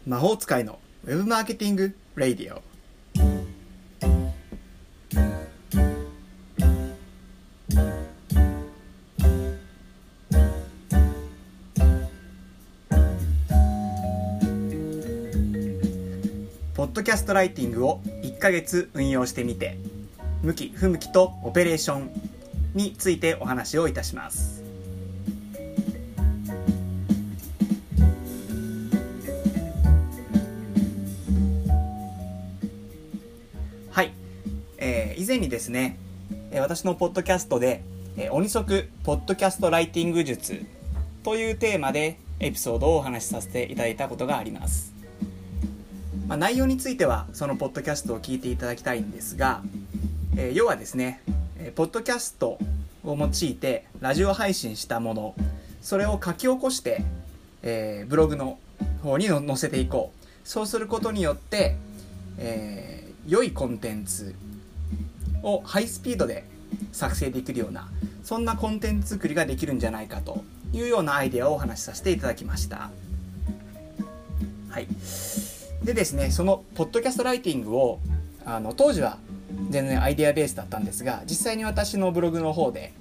魔法使いのウェブマーケティングレディオ。ポッドキャストライティングを1ヶ月運用してみて、向き不向きとオペレーションについてお話をいたします。はい、以前にですね、私のポッドキャストで鬼速ポッドキャストライティング術というテーマでエピソードをお話しさせていただいたことがあります。内容についてはそのポッドキャストを聞いていただきたいんですが、要はですね、ポッドキャストを用いてラジオ配信したもの、それを書き起こして、ブログの方に載せていこう。そうすることによって、良いコンテンツをハイスピードで作成できるような、そんなコンテンツ作りができるんじゃないかというようなアイデアをお話しさせていただきました。はい。でですね、そのポッドキャストライティングを当時は全然アイデアベースだったんですが、実際に私のブログの方で、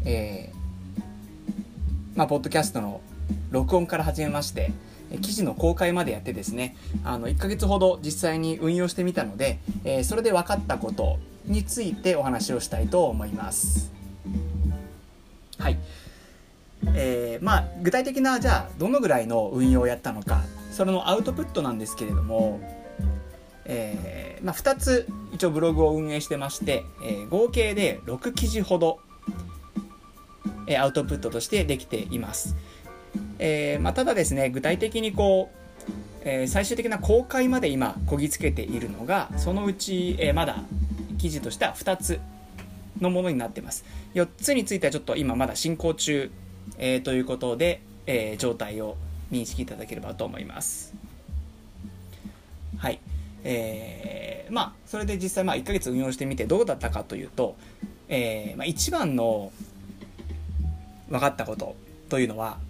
ポッドキャストの録音から始めまして、記事の公開までやってですね、1ヶ月ほど実際に運用してみたので、それで分かったことについてお話をしたいと思います。はい。具体的なじゃあどのぐらいの運用をやったのか、それのアウトプットなんですけれども、2つ一応ブログを運営してまして、合計で6記事ほど、アウトプットとしてできています。ただですね、具体的に最終的な公開まで今こぎつけているのが、そのうち、まだ記事としては2つのものになっています。4つについてはちょっと今まだ進行中、ということで、状態を認識いただければと思います。はい。それで実際1ヶ月運用してみてどうだったかというと、一番の分かったことというのは、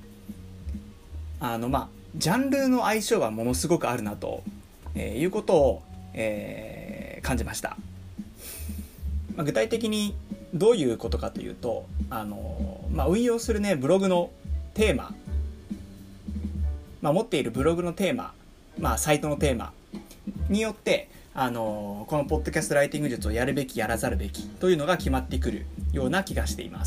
ジャンルの相性がものすごくあるなと、いうことを、感じました。具体的にどういうことかというと、運用するねブログのテーマ、持っているブログのテーマ、サイトのテーマによって、このポッドキャストライティング術をやるべきやらざるべきというのが決まってくるような気がしています。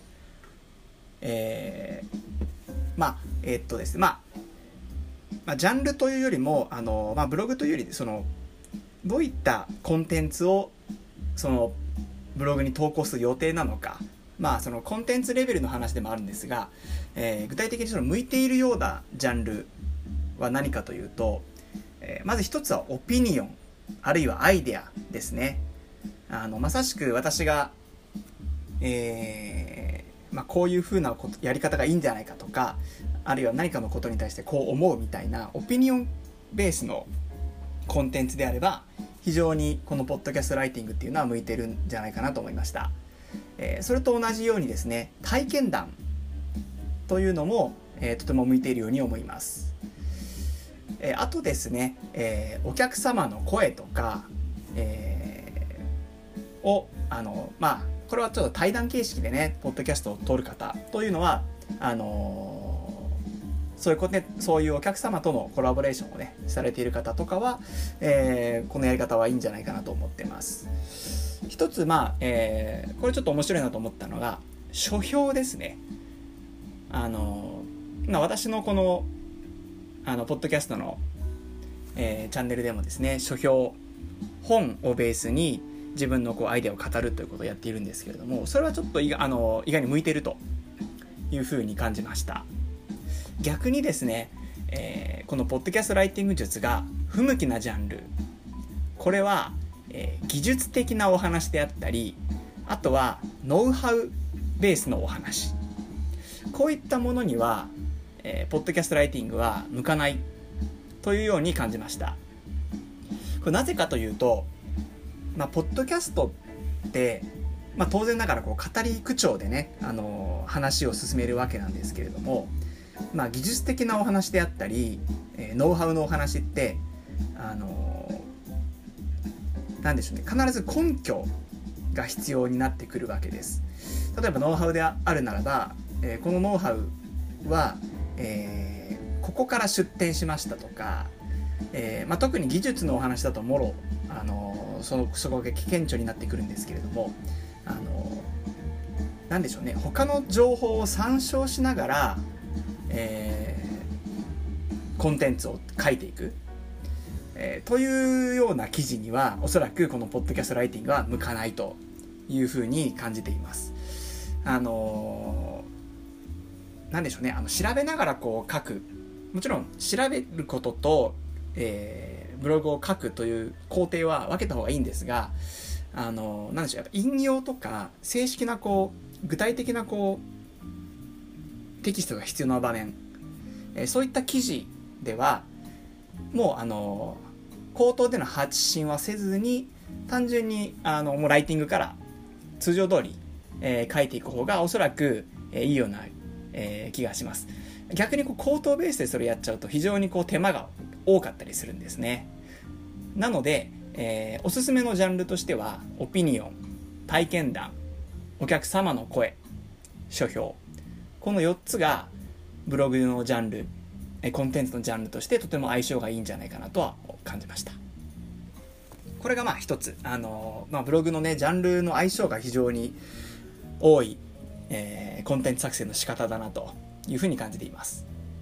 ですね、ジャンルというよりもブログというよりどういったコンテンツをそのブログに投稿する予定なのか、そのコンテンツレベルの話でもあるんですが、具体的にその向いているようなジャンルは何かというと、まず一つはオピニオンあるいはアイデアですね。まさしく私が、こういう風なやり方がいいんじゃないかとか、あるいは何かのことに対してこう思うみたいなオピニオンベースのコンテンツであれば、非常にこのポッドキャストライティングっていうのは向いてるんじゃないかなと思いました。それと同じようにですね、体験談というのも、とても向いているように思います。あとですね、お客様の声とか、これはちょっと対談形式でねポッドキャストを撮る方というのはそういうお客様とのコラボレーションをねされている方とかは、このやり方はいいんじゃないかなと思ってます。一つこれちょっと面白いなと思ったのが書評ですね。私のこのポッドキャストの、チャンネルでもですね、書評本をベースに自分のアイデアを語るということをやっているんですけれども、それはちょっと意外に向いているというふうに感じました。逆にですね、このポッドキャストライティング術が不向きなジャンル、これは、技術的なお話であったり、あとはノウハウベースのお話、こういったものには、ポッドキャストライティングは向かないというように感じました。これなぜかというと、ポッドキャストって、当然ながら語り口調でね、話を進めるわけなんですけれども、 技術的なお話であったり、ノウハウのお話ってなんでしょうね、必ず根拠が必要になってくるわけです。例えばノウハウであるならば、このノウハウは、ここから出展しましたとか、特に技術のお話だともろそこが顕著になってくるんですけれども、なんでしょうね、他の情報を参照しながら、コンテンツを書いていく、というような記事にはおそらくこのポッドキャストライティングは向かないというふうに感じています。なんでしょうね、調べながらこう書く、もちろん調べることと、ブログを書くという工程は分けた方がいいんですが、なんでしょう、やっぱ引用とか正式なこう具体的なこうテキストが必要な場面、そういった記事ではもう口頭での発信はせずに、単純にもうライティングから通常通り、書いていく方がおそらく、いいような、気がします。逆にこう口頭ベースでそれやっちゃうと非常にこう手間が多かったりするんですね。なので、おすすめのジャンルとしてはオピニオン、体験談、お客様の声、書評、この4つがブログのジャンル、コンテンツのジャンルとしてとても相性がいいんじゃないかなとは感じました。これが一つブログのねジャンルの相性が非常に多い、コンテンツ作成の仕方だなというふうに感じています。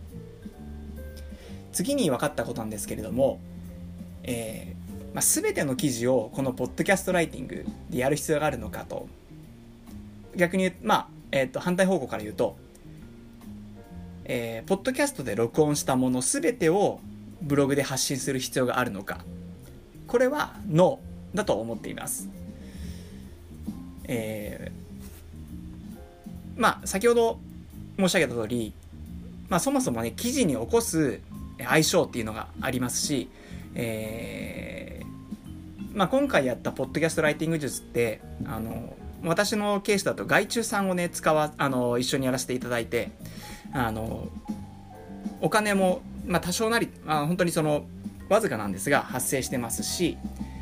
次に分かったことなんですけれども、全ての記事をこのポッドキャストライティングでやる必要があるのかと、逆に反対方向から言うと、ポッドキャストで録音したもの全てをブログで発信する必要があるのか、これはノーだと思っています。先ほど申し上げた通り、そもそもね記事に起こす相性っていうのがありますし、今回やったポッドキャストライティング術って私のケースだと外注さんをね一緒にやらせていただいて、お金も、多少なり本当にわずかなんですが発生してますし、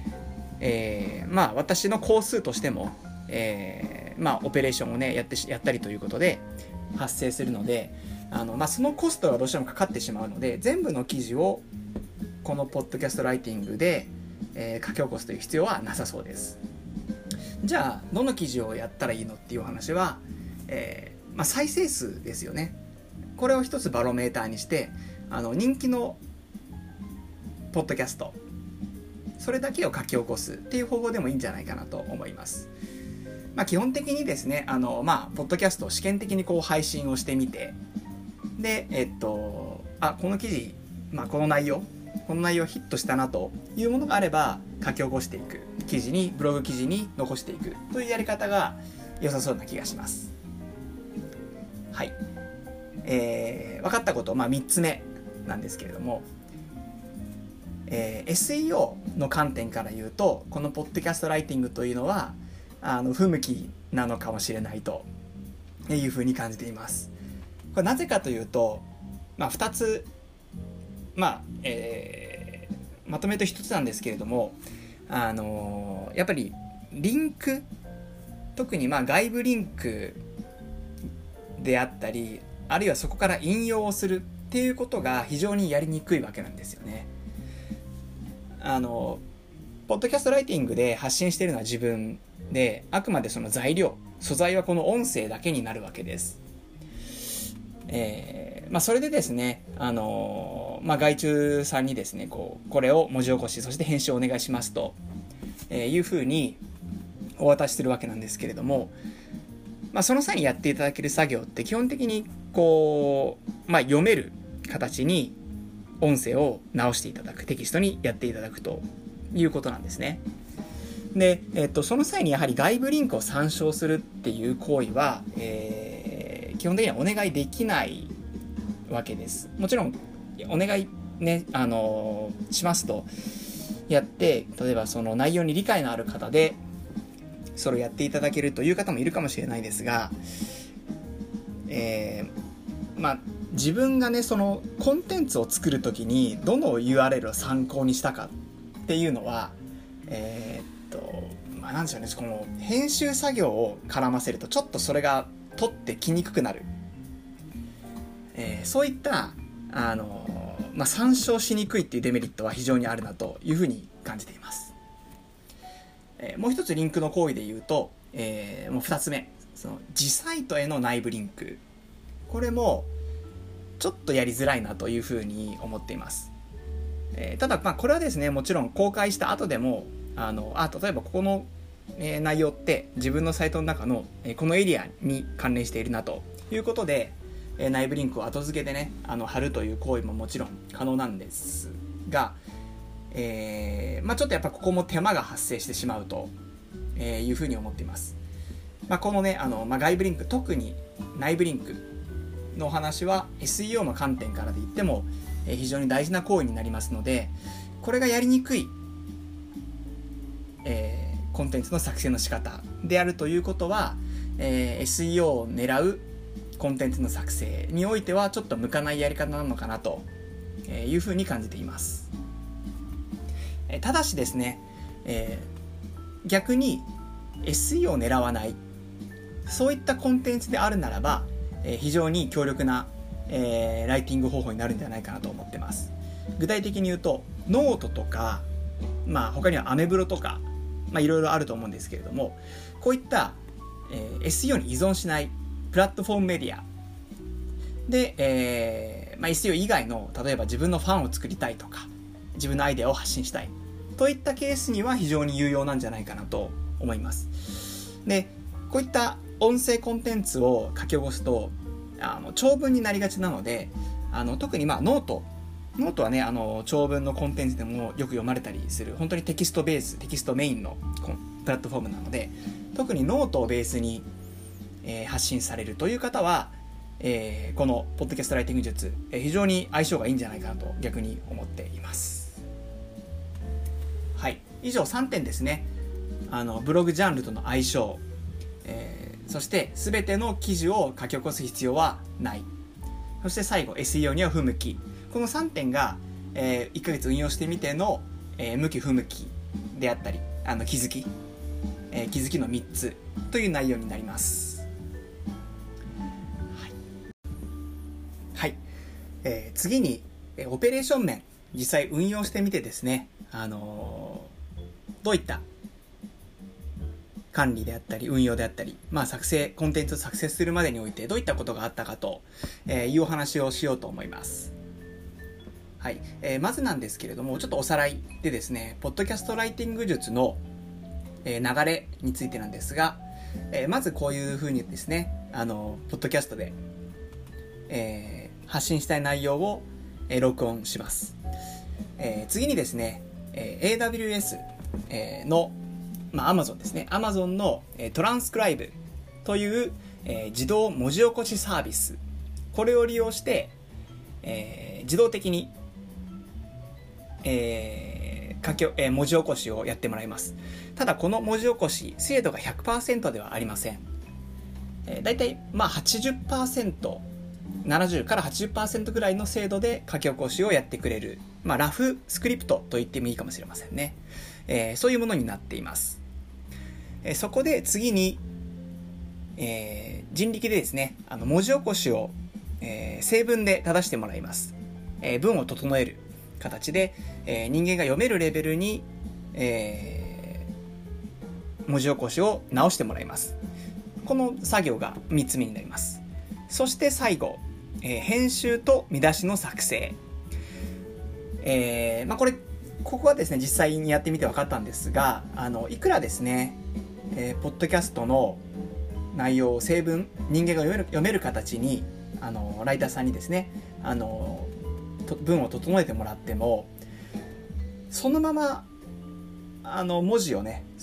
私の工数としても、オペレーションをねやったりということで発生するので、そのコストがどうしてもかかってしまうので、全部の記事をこのポッドキャストライティングで、書き起こすという必要はなさそうです。じゃあどの記事をやったらいいのっていう話は、再生数ですよね。これを一つバロメーターにして、人気のポッドキャストそれだけを書き起こすっていう方法でもいいんじゃないかなと思います。基本的にですね、ポッドキャストを試験的にこう配信をしてみて、でこの記事、この内容ヒットしたなというものがあれば書き起こしていく、ブログ記事に残していくというやり方が良さそうな気がします。はい、分かったこと、3つ目なんですけれども、SEO の観点から言うとこのポッドキャストライティングというのは不向きなのかもしれないというふうに感じています。これなぜかというと、2つ、まとめと1つなんですけれども、やっぱりリンク、特に外部リンクであったり、あるいはそこから引用をするっていうことが非常にやりにくいわけなんですよね。ポッドキャストライティングで発信しているのは自分で、あくまでその素材はこの音声だけになるわけです。それでですね、外注さんにですねこれを文字起こし、そして編集をお願いしますと、いうふうにお渡しするわけなんですけれども、その際にやっていただける作業って基本的に読める形に音声を直していただく、テキストにやっていただくということなんですね。で、その際にやはり外部リンクを参照するっていう行為は、基本的にはお願いできないわけです。もちろんお願いね、しますとやって、例えばその内容に理解のある方でそれをやっていただ自分がねそのコンテンツを作るときにどの URL を参考にしたかっていうのはなんでしょうね、この編集作業を絡ませるとちょっとそれが取ってきにくくなる、そういった参照しにくいっていうデメリットは非常にあるなというふうに感じています。もう一つリンクの行為で言うと、もう2つ目、その自サイトへの内部リンク、これもちょっとやりづらいなというふうに思っています。ただこれはですね、もちろん公開した後でも例えばここの、内容って自分のサイトの中の、このエリアに関連しているなということで、内部リンクを後付けでね貼るという行為ももちろん可能なんですが、ちょっとやっぱここも手間が発生してしまうと、いうふうに思っています。このね外部リンク、特に内部リンクのお話は SEO の観点からで言っても、非常に大事な行為になりますので、これがやりにくい、コンテンツの作成の仕方であるということは、SEO を狙うコンテンツの作成においてはちょっと向かないやり方なのかなというふうに感じています。ただしですね、逆に SEO を狙わないそういったコンテンツであるならば、非常に強力な、ライティング方法になるんじゃないかなと思ってます。具体的に言うとノートとか、他にはアメブロとか、いろいろあると思うんですけれども、こういった、SEO に依存しないプラットフォームメディアで、SEO 以外の例えば自分のファンを作りたいとか自分のアイデアを発信したいといったケースには非常に有用なんじゃないかなと思います。で、こういった音声コンテンツを書き起こすと長文になりがちなので、特にノートはね長文のコンテンツでもよく読まれたりする本当にテキストベーステキストメインのプラットフォームなので、特にノートをベースに、発信されるという方は、このポッドキャストライティング術、非常に相性がいいんじゃないかなと逆に思っています。はい、以上3点ですね。ブログジャンルとの相性、そして全ての記事を書き起こす必要はない、そして最後 SEO には不向き、この3点が、1ヶ月運用してみての、向き不向きであったり気づきの3つという内容になります。はい、次にオペレーション面実際運用してみてですね、どういった管理であったり運用であったり、コンテンツを作成するまでにおいてどういったことがあったかというお話をしようと思います。はい、まずなんですけれども、ちょっとおさらいでですね、ポッドキャストライティング術の、流れについてなんですが、まずこういうふうにですね、ポッドキャストで、発信したい内容を、録音します。次にですね、AWS、のAmazon ですね。Amazon のトランスクライブという自動文字起こしサービス。これを利用して、自動的に、文字起こしをやってもらいます。ただこの文字起こし、精度が 100% ではありません。だいたい80%、70から 80% ぐらいの精度で書き起こしをやってくれる、ラフスクリプトと言ってもいいかもしれませんね。そういうものになっています。そこで次に、人力でですね、文字起こしを、正文で正してもらいます。文を整える形で、人間が読めるレベルに、文字起こしを直してもらいます。この作業が3つ目になります。そして最後、編集と見出しの作成。ここはですね、実際にやってみて分かったんですが、いくらですね、ポッドキャストの内容を正文、人間が読める形に、ライターさんにですね、文を整えてもらっても、そのまま、文字をね、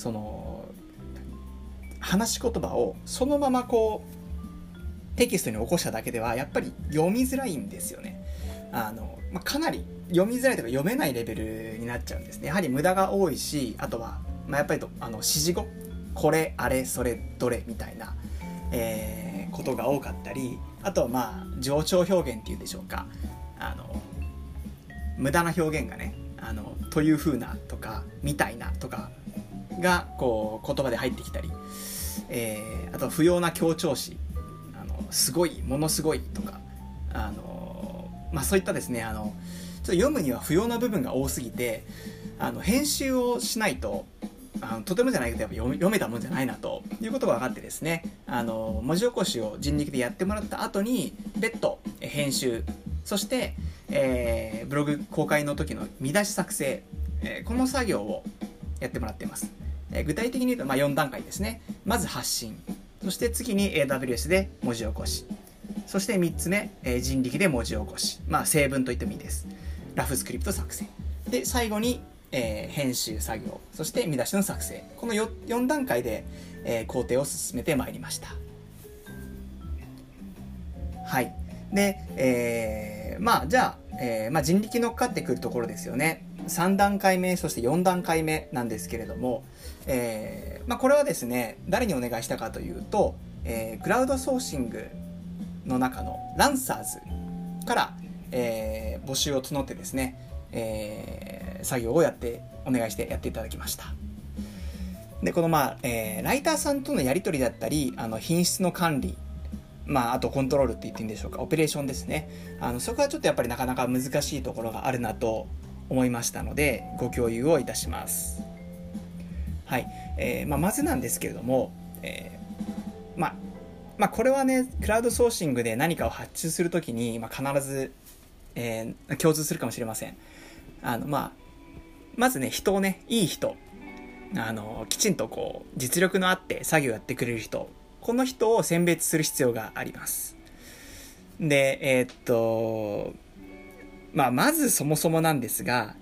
話し言葉をそのままテキストに起こしただけではやっぱり読みづらいんですよね。かなり読みづらいというか読めないレベルになっちゃうんですね。やはり無駄が多いし、あとは、やっぱり指示語、これあれそれどれみたいな、ことが多かったり、 あと冗長表現っていうんでしょうか、無駄な表現がね、という風なとかみたいなとかがこう言葉で入ってきたり、あと不要な強調詞、すごい、ものすごいとか、そういったですね、ちょっと読むには不要な部分が多すぎて、編集をしないととてもじゃないけどやっぱ読めたもんじゃないなということが分かってですね、文字起こしを人力でやってもらった後に別途編集、そして、ブログ公開の時の見出し作成、この作業をやってもらっています。具体的に言うと4段階ですね。まず発信、そして次に AWS で文字起こし、そして3つ目、人力で文字起こし、正文といってもいいです。ラフスクリプト作成で、最後に、編集作業、そして見出しの作成、この 4段階で、工程を進めてまいりました。はい。で、じゃあ、人力乗っかってくるところですよね。3段階目、そして4段階目なんですけれども、これはですね、誰にお願いしたかというと、クラウドソーシングの中のランサーズから、募集を募ってですね、作業をお願いしてやっていただきました。で、このライターさんとのやり取りだったり、品質の管理、あとコントロールって言っていいんでしょうか、オペレーションですね。そこはちょっとやっぱりなかなか難しいところがあるなと思いましたので、ご共有をいたします。はい。まずなんですけれども、これはね、クラウドソーシングで何かを発注するときに、必ず、共通するかもしれません。まずね、人をね、いい人、きちんとこう実力のあって作業やってくれる人、この人を選別する必要があります。で、まずそもそもなんですが、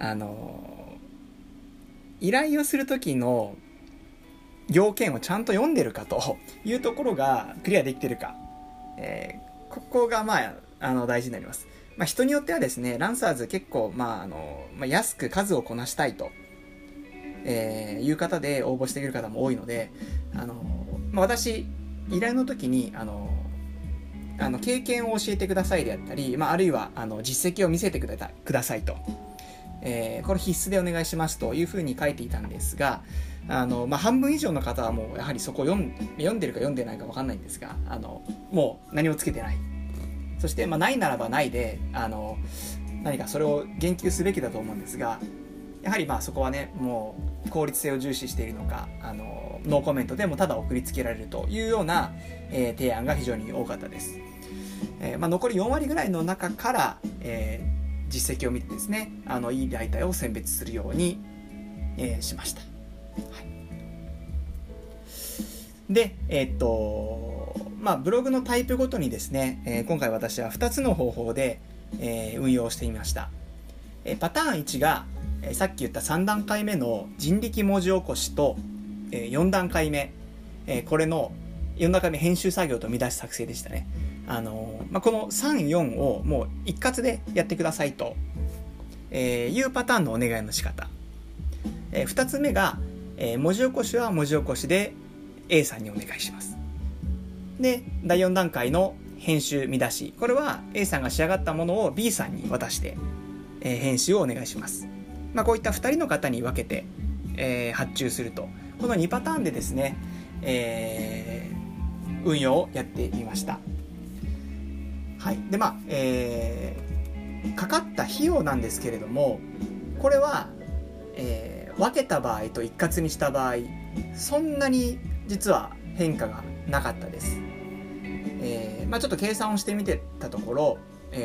依頼をするときの要件をちゃんと読んでるかというところがクリアできてるか、ここが大事になります。人によってはですね、ランサーズ結構安く数をこなしたいと、いう方で応募してくる方も多いので、私依頼の時に経験を教えてくださいであったり、あるいは実績を見せてくださいと、これ必須でお願いしますというふうに書いていたんですが、半分以上の方はもうやはりそこを読んでるか読んでないか分かんないんですが、もう何もつけてない。そして、ないならばないで何かそれを言及すべきだと思うんですが、やはりそこはね、もう効率性を重視しているのか、ノーコメントでもただ送りつけられるというような、提案が非常に多かったです。残り4割ぐらいの中から、実績を見てですね、いい代替を選別するように、しました。はい、で、ブログのタイプごとにですね、今回私は2つの方法で、運用してみました。パターン1が、さっき言った3段階目の人力文字起こしと、4段階目、これの4段階目編集作業と見出し作成でしたね。この3、4をもう一括でやってくださいと、いうパターンのお願いの仕方。2つ目が、文字起こしは文字起こしで A さんにお願いします。で、第4段階の編集見出し、これは A さんが仕上がったものを B さんに渡して、編集をお願いします。こういった2人の方に分けて、発注すると、この2パターンでですね、運用をやってみました。はい。で、かかった費用なんですけれども、これは、分けた場合と一括にした場合、そんなに実は変化がなかったです。ちょっと計算をしてみてたところ、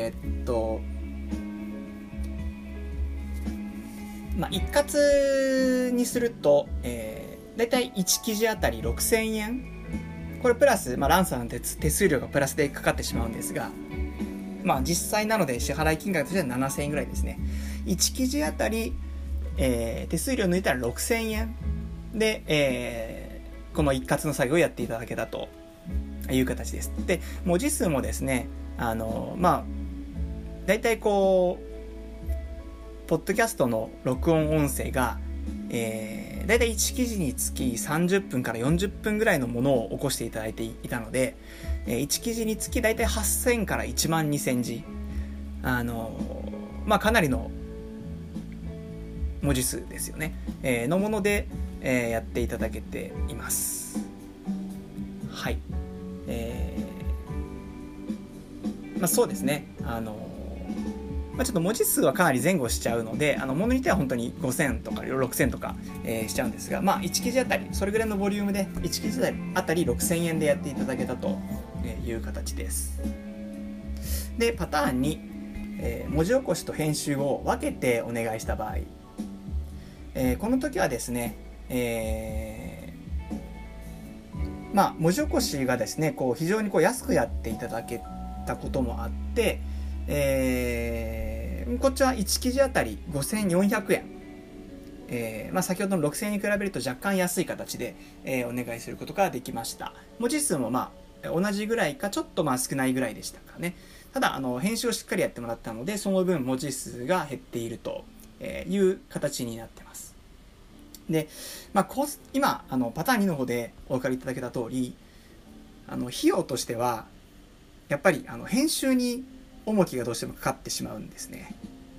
一括にすると、だいたい1記事あたり6000円、これプラス、ランサーの手数料がプラスでかかってしまうんですが、実際なので支払い金額としては7000円ぐらいですね。1記事あたり、手数料抜いたら6000円で、この一括の作業をやっていただけたという形です。で、文字数もですね、だいたいこうポッドキャストの録音音声が、だいたい1記事につき30分から40分ぐらいのものを起こしていただいていたので、 1記事につきだいたい8000から1万2000字、かなりの文字数ですよね、のもので、やっていただけています。はい、そうですね、ちょっと文字数はかなり前後しちゃうので、ものによっては本当に5000とか6000とか、しちゃうんですが、1記事あたりそれぐらいのボリュームで1記事あたり6000円でやっていただけたという形です。でパターン2、文字起こしと編集を分けてお願いした場合、この時はですね、文字起こしがですね非常に安くやっていただけたこともあって、こっちは1記事あたり5400円、先ほどの6000円に比べると若干安い形で、お願いすることができました。文字数も同じぐらいかちょっと少ないぐらいでしたかね。ただ編集をしっかりやってもらったので、その分文字数が減っているという形になってます。で、今パターン2の方でお分かりいただけた通り、費用としてはやっぱり編集に重きがどうしてもかかってしまうんですね。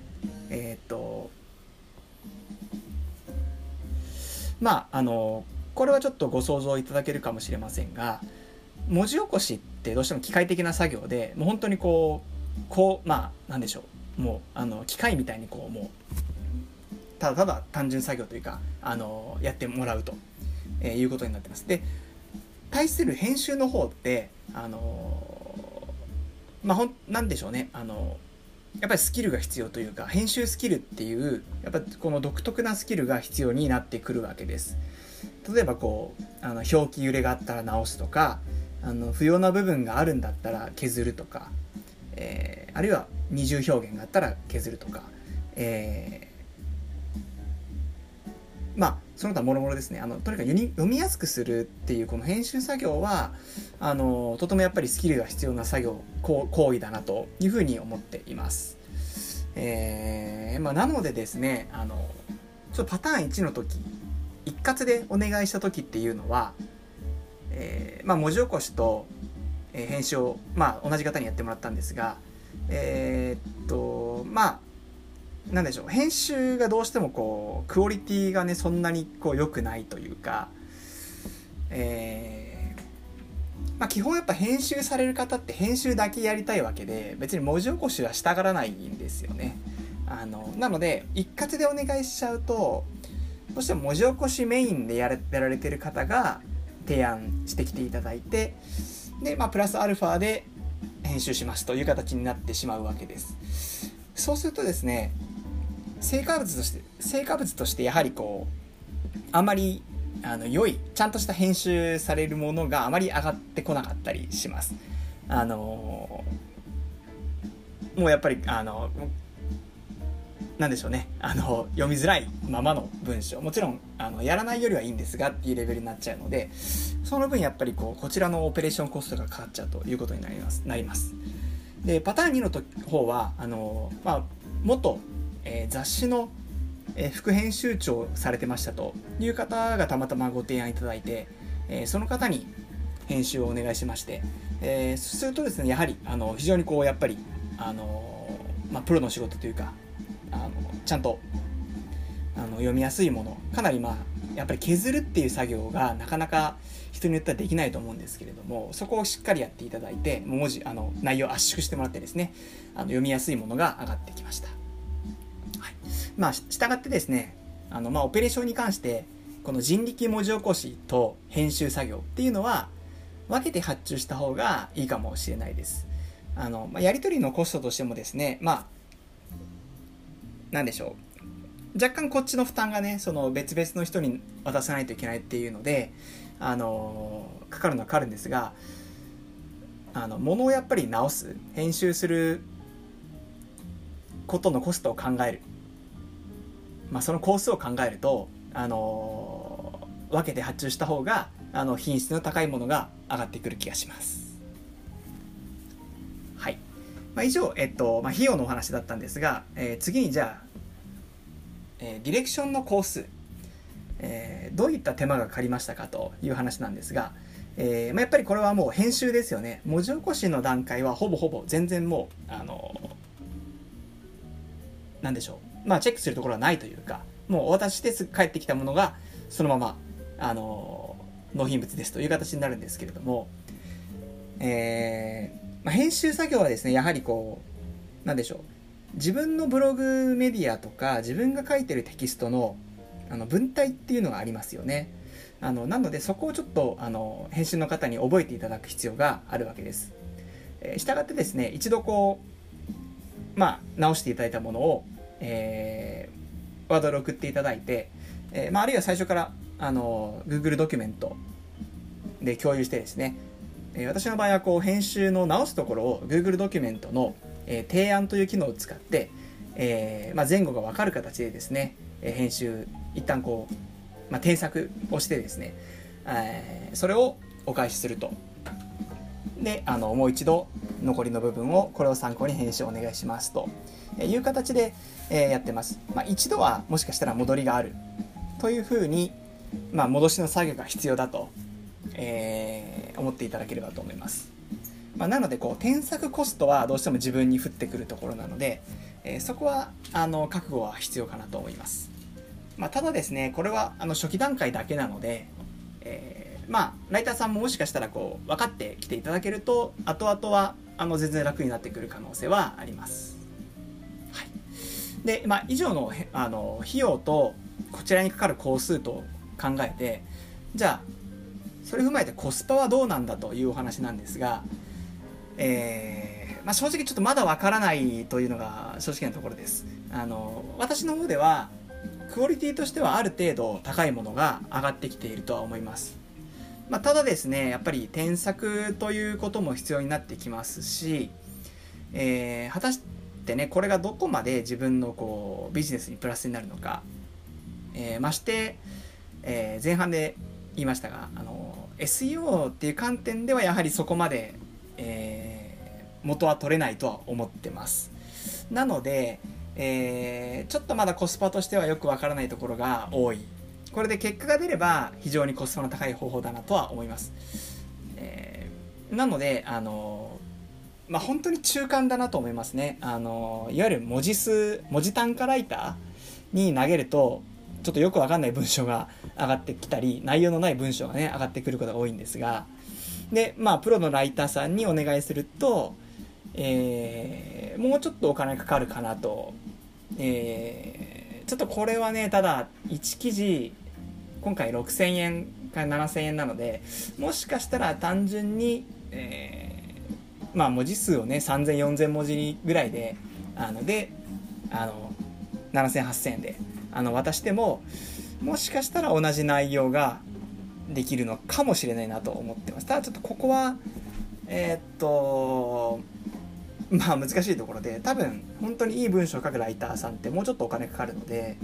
これはちょっとご想像いただけるかもしれませんが、文字起こしってどうしても機械的な作業で、もう本当になんでしょう、もう機械みたいにもうただただ単純作業というかやってもらうということになってます。で対する編集の方ってなんでしょうね、やっぱりスキルが必要というか、編集スキルっていうやっぱこの独特なスキルが必要になってくるわけです。例えば表記揺れがあったら直すとか、不要な部分があるんだったら削るとか、あるいは二重表現があったら削るとか、その他もろもろですね。とにかく読みやすくするっていうこの編集作業はとてもやっぱりスキルが必要な作業行為だなというふうに思っています。なのでですね、ちょっとパターン1の時、一括でお願いした時っていうのは、文字起こしと、編集を、同じ方にやってもらったんですが、なんでしょう、編集がどうしてもクオリティがねそんなに良くないというか、基本やっぱ編集される方って編集だけやりたいわけで、別に文字起こしはしたがらないんですよね。なので一括でお願いしちゃうと、どうしても文字起こしメインでやられてる方が提案してきていただいて、でプラスアルファで編集しますという形になってしまうわけです。そうするとですね、成果物としてやはりあまり良いちゃんとした編集されるものがあまり上がってこなかったりします。もうやっぱりなんでしょうね、読みづらいままの文章、もちろんやらないよりはいいんですがっていうレベルになっちゃうので、その分やっぱりこちらのオペレーションコストがかかっちゃうということになります。でパターン2の方は元、雑誌の、副編集長をされてましたという方がたまたまご提案いただいて、その方に編集をお願いしまして、そうするとですね、やはり非常にやっぱりプロの仕事というかちゃんと読みやすいもの、かなりやっぱり削るっていう作業がなかなか人によってはできないと思うんですけれども、そこをしっかりやっていただいて、文字内容を圧縮してもらってですね、読みやすいものが上がってきました。はい、したがってですね、オペレーションに関してこの人力文字起こしと編集作業っていうのは分けて発注した方がいいかもしれないです。やり取りのコストとしてもですね、なんでしょう、若干こっちの負担がね、その別々の人に渡さないといけないっていうのでかかるのはかかるんですが、物をやっぱり直す、編集することのコストを考える、その工数を考えると分けて発注した方が品質の高いものが上がってくる気がします。はい、以上、費用のお話だったんですが、次にじゃあ、ディレクションの工数、どういった手間がかかりましたかという話なんですが、 やっぱりこれはもう編集ですよね。文字起こしの段階はほぼ全然もうなんでしょう、チェックするところはないというか、もうお渡ししてすぐ帰ってきたものがそのまま納品物ですという形になるんですけれども、編集作業はですね、やはりなんでしょう、自分のブログメディアとか自分が書いてるテキストの文体っていうのがありますよね。なのでそこをちょっと編集の方に覚えていただく必要があるわけです。したがってですね、一度直していただいたものを、ワードで送っていただいて、あるいは最初からGoogle ドキュメントで共有してですね、私の場合は編集の直すところを Google ドキュメントの、提案という機能を使って、前後が分かる形でですね、編集一旦添削をしてですね、それをお返しすると。でもう一度残りの部分をこれを参考に編集をお願いしますという形で、やってます。一度はもしかしたら戻りがあるというふうに、戻しの作業が必要だと、思っていただければと思います。なので添削コストはどうしても自分に降ってくるところなので、そこは覚悟は必要かなと思います。ただですね、これは初期段階だけなので、ライターさんももしかしたら分かってきていただけると後々は全然楽になってくる可能性はあります。はい、で、以上の費用とこちらにかかる工数と考えて、じゃあそれを踏まえてコスパはどうなんだというお話なんですが、正直ちょっとまだわからないというのが正直なところです。私の方ではクオリティとしてはある程度高いものが上がってきているとは思います。ただですね、やっぱり添削ということも必要になってきますし、果たしてね、これがどこまで自分のビジネスにプラスになるのか、まして、前半で言いましたがSEO っていう観点ではやはりそこまで、元は取れないとは思ってます。なので、ちょっとまだコスパとしてはよくわからないところが多い。これで結果が出れば非常にコスパの高い方法だなとは思います。なので本当に中間だなと思いますね。いわゆる文字単価ライターに投げるとちょっとよくわかんない文章が上がってきたり、内容のない文章がね上がってくることが多いんですが、でプロのライターさんにお願いすると、もうちょっとお金かかるかなと、ちょっとこれはね、ただ1記事今回6000円から7000円なので、もしかしたら単純に、文字数をね3000、4000文字ぐらいで7000、8000円で渡しても、もしかしたら同じ内容ができるのかもしれないなと思ってます。ただちょっとここは難しいところで、多分本当にいい文章を書くライターさんってもうちょっとお金かかるので、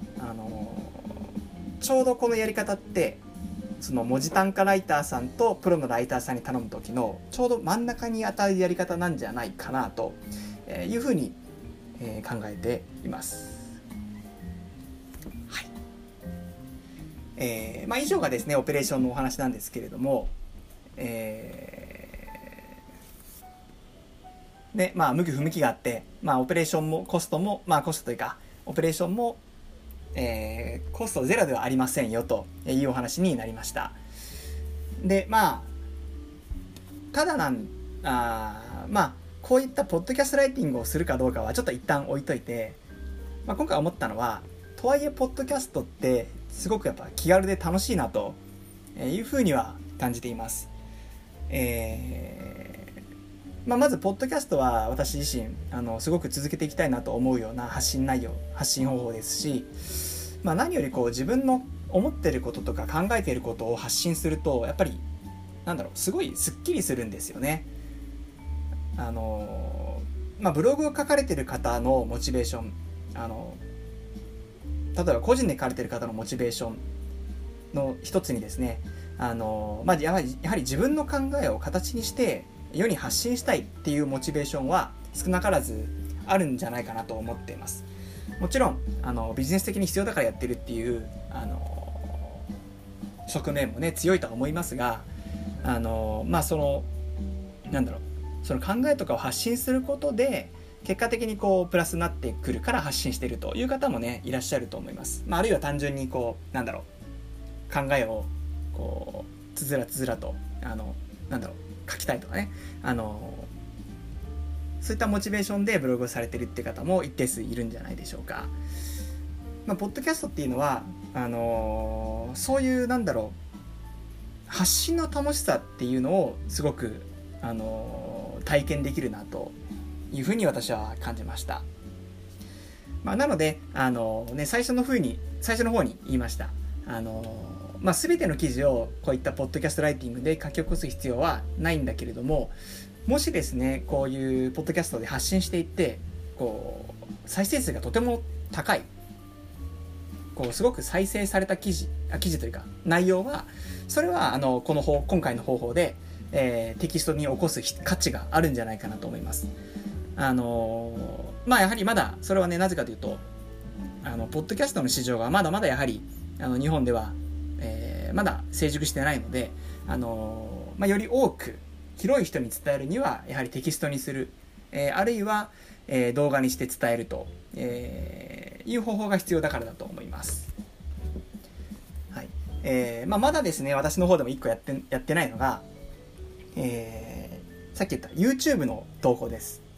ちょうどこのやり方ってその文字単価ライターさんとプロのライターさんに頼む時のちょうど真ん中に当たるやり方なんじゃないかなというふうに考えています。はい。以上がですねオペレーションのお話なんですけれども、で向き不向きがあって、オペレーションもコストもコストというかオペレーションもコストゼロではありませんよというお話になりました。でただこういったポッドキャストライティングをするかどうかはちょっと一旦置いといて、今回思ったのは、とはいえポッドキャストってすごくやっぱ気軽で楽しいなというふうには感じています。まずポッドキャストは私自身すごく続けていきたいなと思うような発信方法ですし、何より自分の思っていることとか考えていることを発信すると、やっぱりすごいスッキリするんですよね。ブログを書かれている方のモチベーション、例えば個人で書かれている方のモチベーションの一つにですね、やはり自分の考えを形にして世に発信したいっていうモチベーションは少なからずあるんじゃないかなと思っています。もちろんビジネス的に必要だからやってるっていう側面もね強いとは思いますが、 そのその考えとかを発信することで結果的にこうプラスになってくるから発信しているという方もねいらっしゃると思います。あるいは単純にこう考えをこうつづらと書きたいとかねそういったモチベーションでブログをされてるって方も一定数いるんじゃないでしょうか。ポッドキャストっていうのはそういう発信の楽しさっていうのをすごく体験できるなというふうに私は感じました。なので最初の方に言いました全ての記事をこういったポッドキャストライティングで書き起こす必要はないんだけれども、もしですねこういうポッドキャストで発信していってこう再生数がとても高いすごく再生された記事というか内容はそれは今回の方法で、テキストに起こす価値があるんじゃないかなと思います。やはりまだそれはねなぜかというとポッドキャストの市場がまだまだやはり日本では、まだ成熟してないのでより多く広い人に伝えるにはやはりテキストにする、あるいは、動画にして伝えると、いう方法が必要だからだと思います。はい。まだですね私の方でも1個やってないのが、さっき言った YouTube の投稿です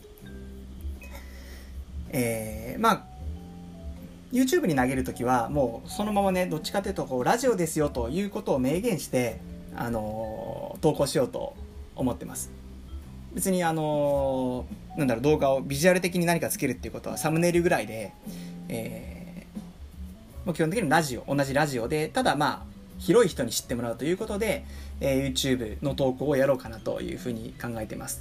。YouTube に投げるときはもうそのままねどっちかというとラジオですよということを明言して投稿しようと思ってます。別に動画をビジュアル的に何かつけるっていうことはサムネイルぐらいで、もう基本的に同じラジオでただ広い人に知ってもらうということで、YouTube の投稿をやろうかなというふうに考えてます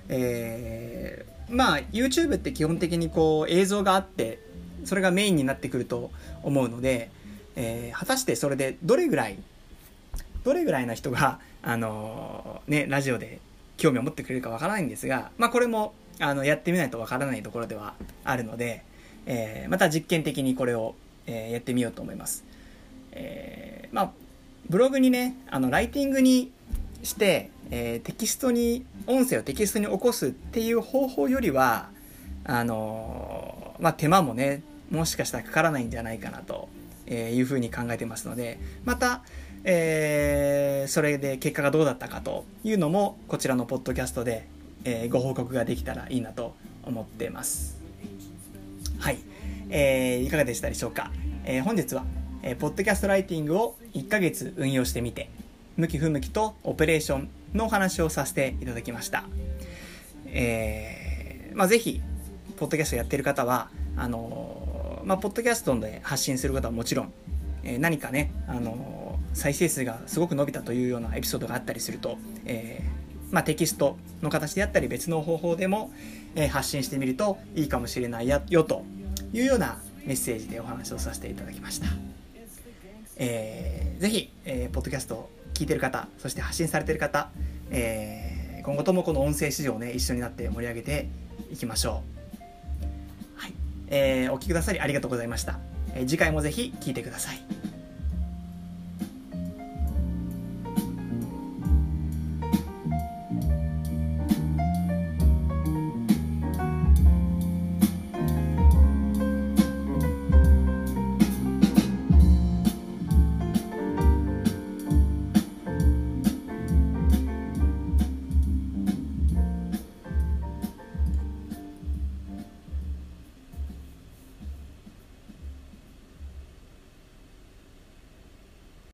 。YouTube って基本的に映像があってそれがメインになってくると思うので、果たしてそれでどれぐらいの人がラジオで興味を持ってくれるかわからないんですが、これもやってみないとわからないところではあるので、また実験的にこれを、やってみようと思います。ブログにねライティングにして、音声をテキストに起こすっていう方法よりは手間もねもしかしたらかからないんじゃないかなというふうに考えてますので、またそれで結果がどうだったかというのもこちらのポッドキャストで、ご報告ができたらいいなと思っています。はい、いかがでしたでしょうか。本日は、ポッドキャストライティングを1ヶ月運用してみて向き不向きとオペレーションのお話をさせていただきました。ぜひポッドキャストやっている方はポッドキャストで発信することはもちろん、何かね再生数がすごく伸びたというようなエピソードがあったりすると、テキストの形であったり別の方法でも、発信してみるといいかもしれないよというようなメッセージでお話をさせていただきました。ぜひ、ポッドキャストを聞いている方そして発信されている方、今後ともこの音声市場をね一緒になって盛り上げていきましょう。はい、お聞きくださりありがとうございました。次回もぜひ聞いてください。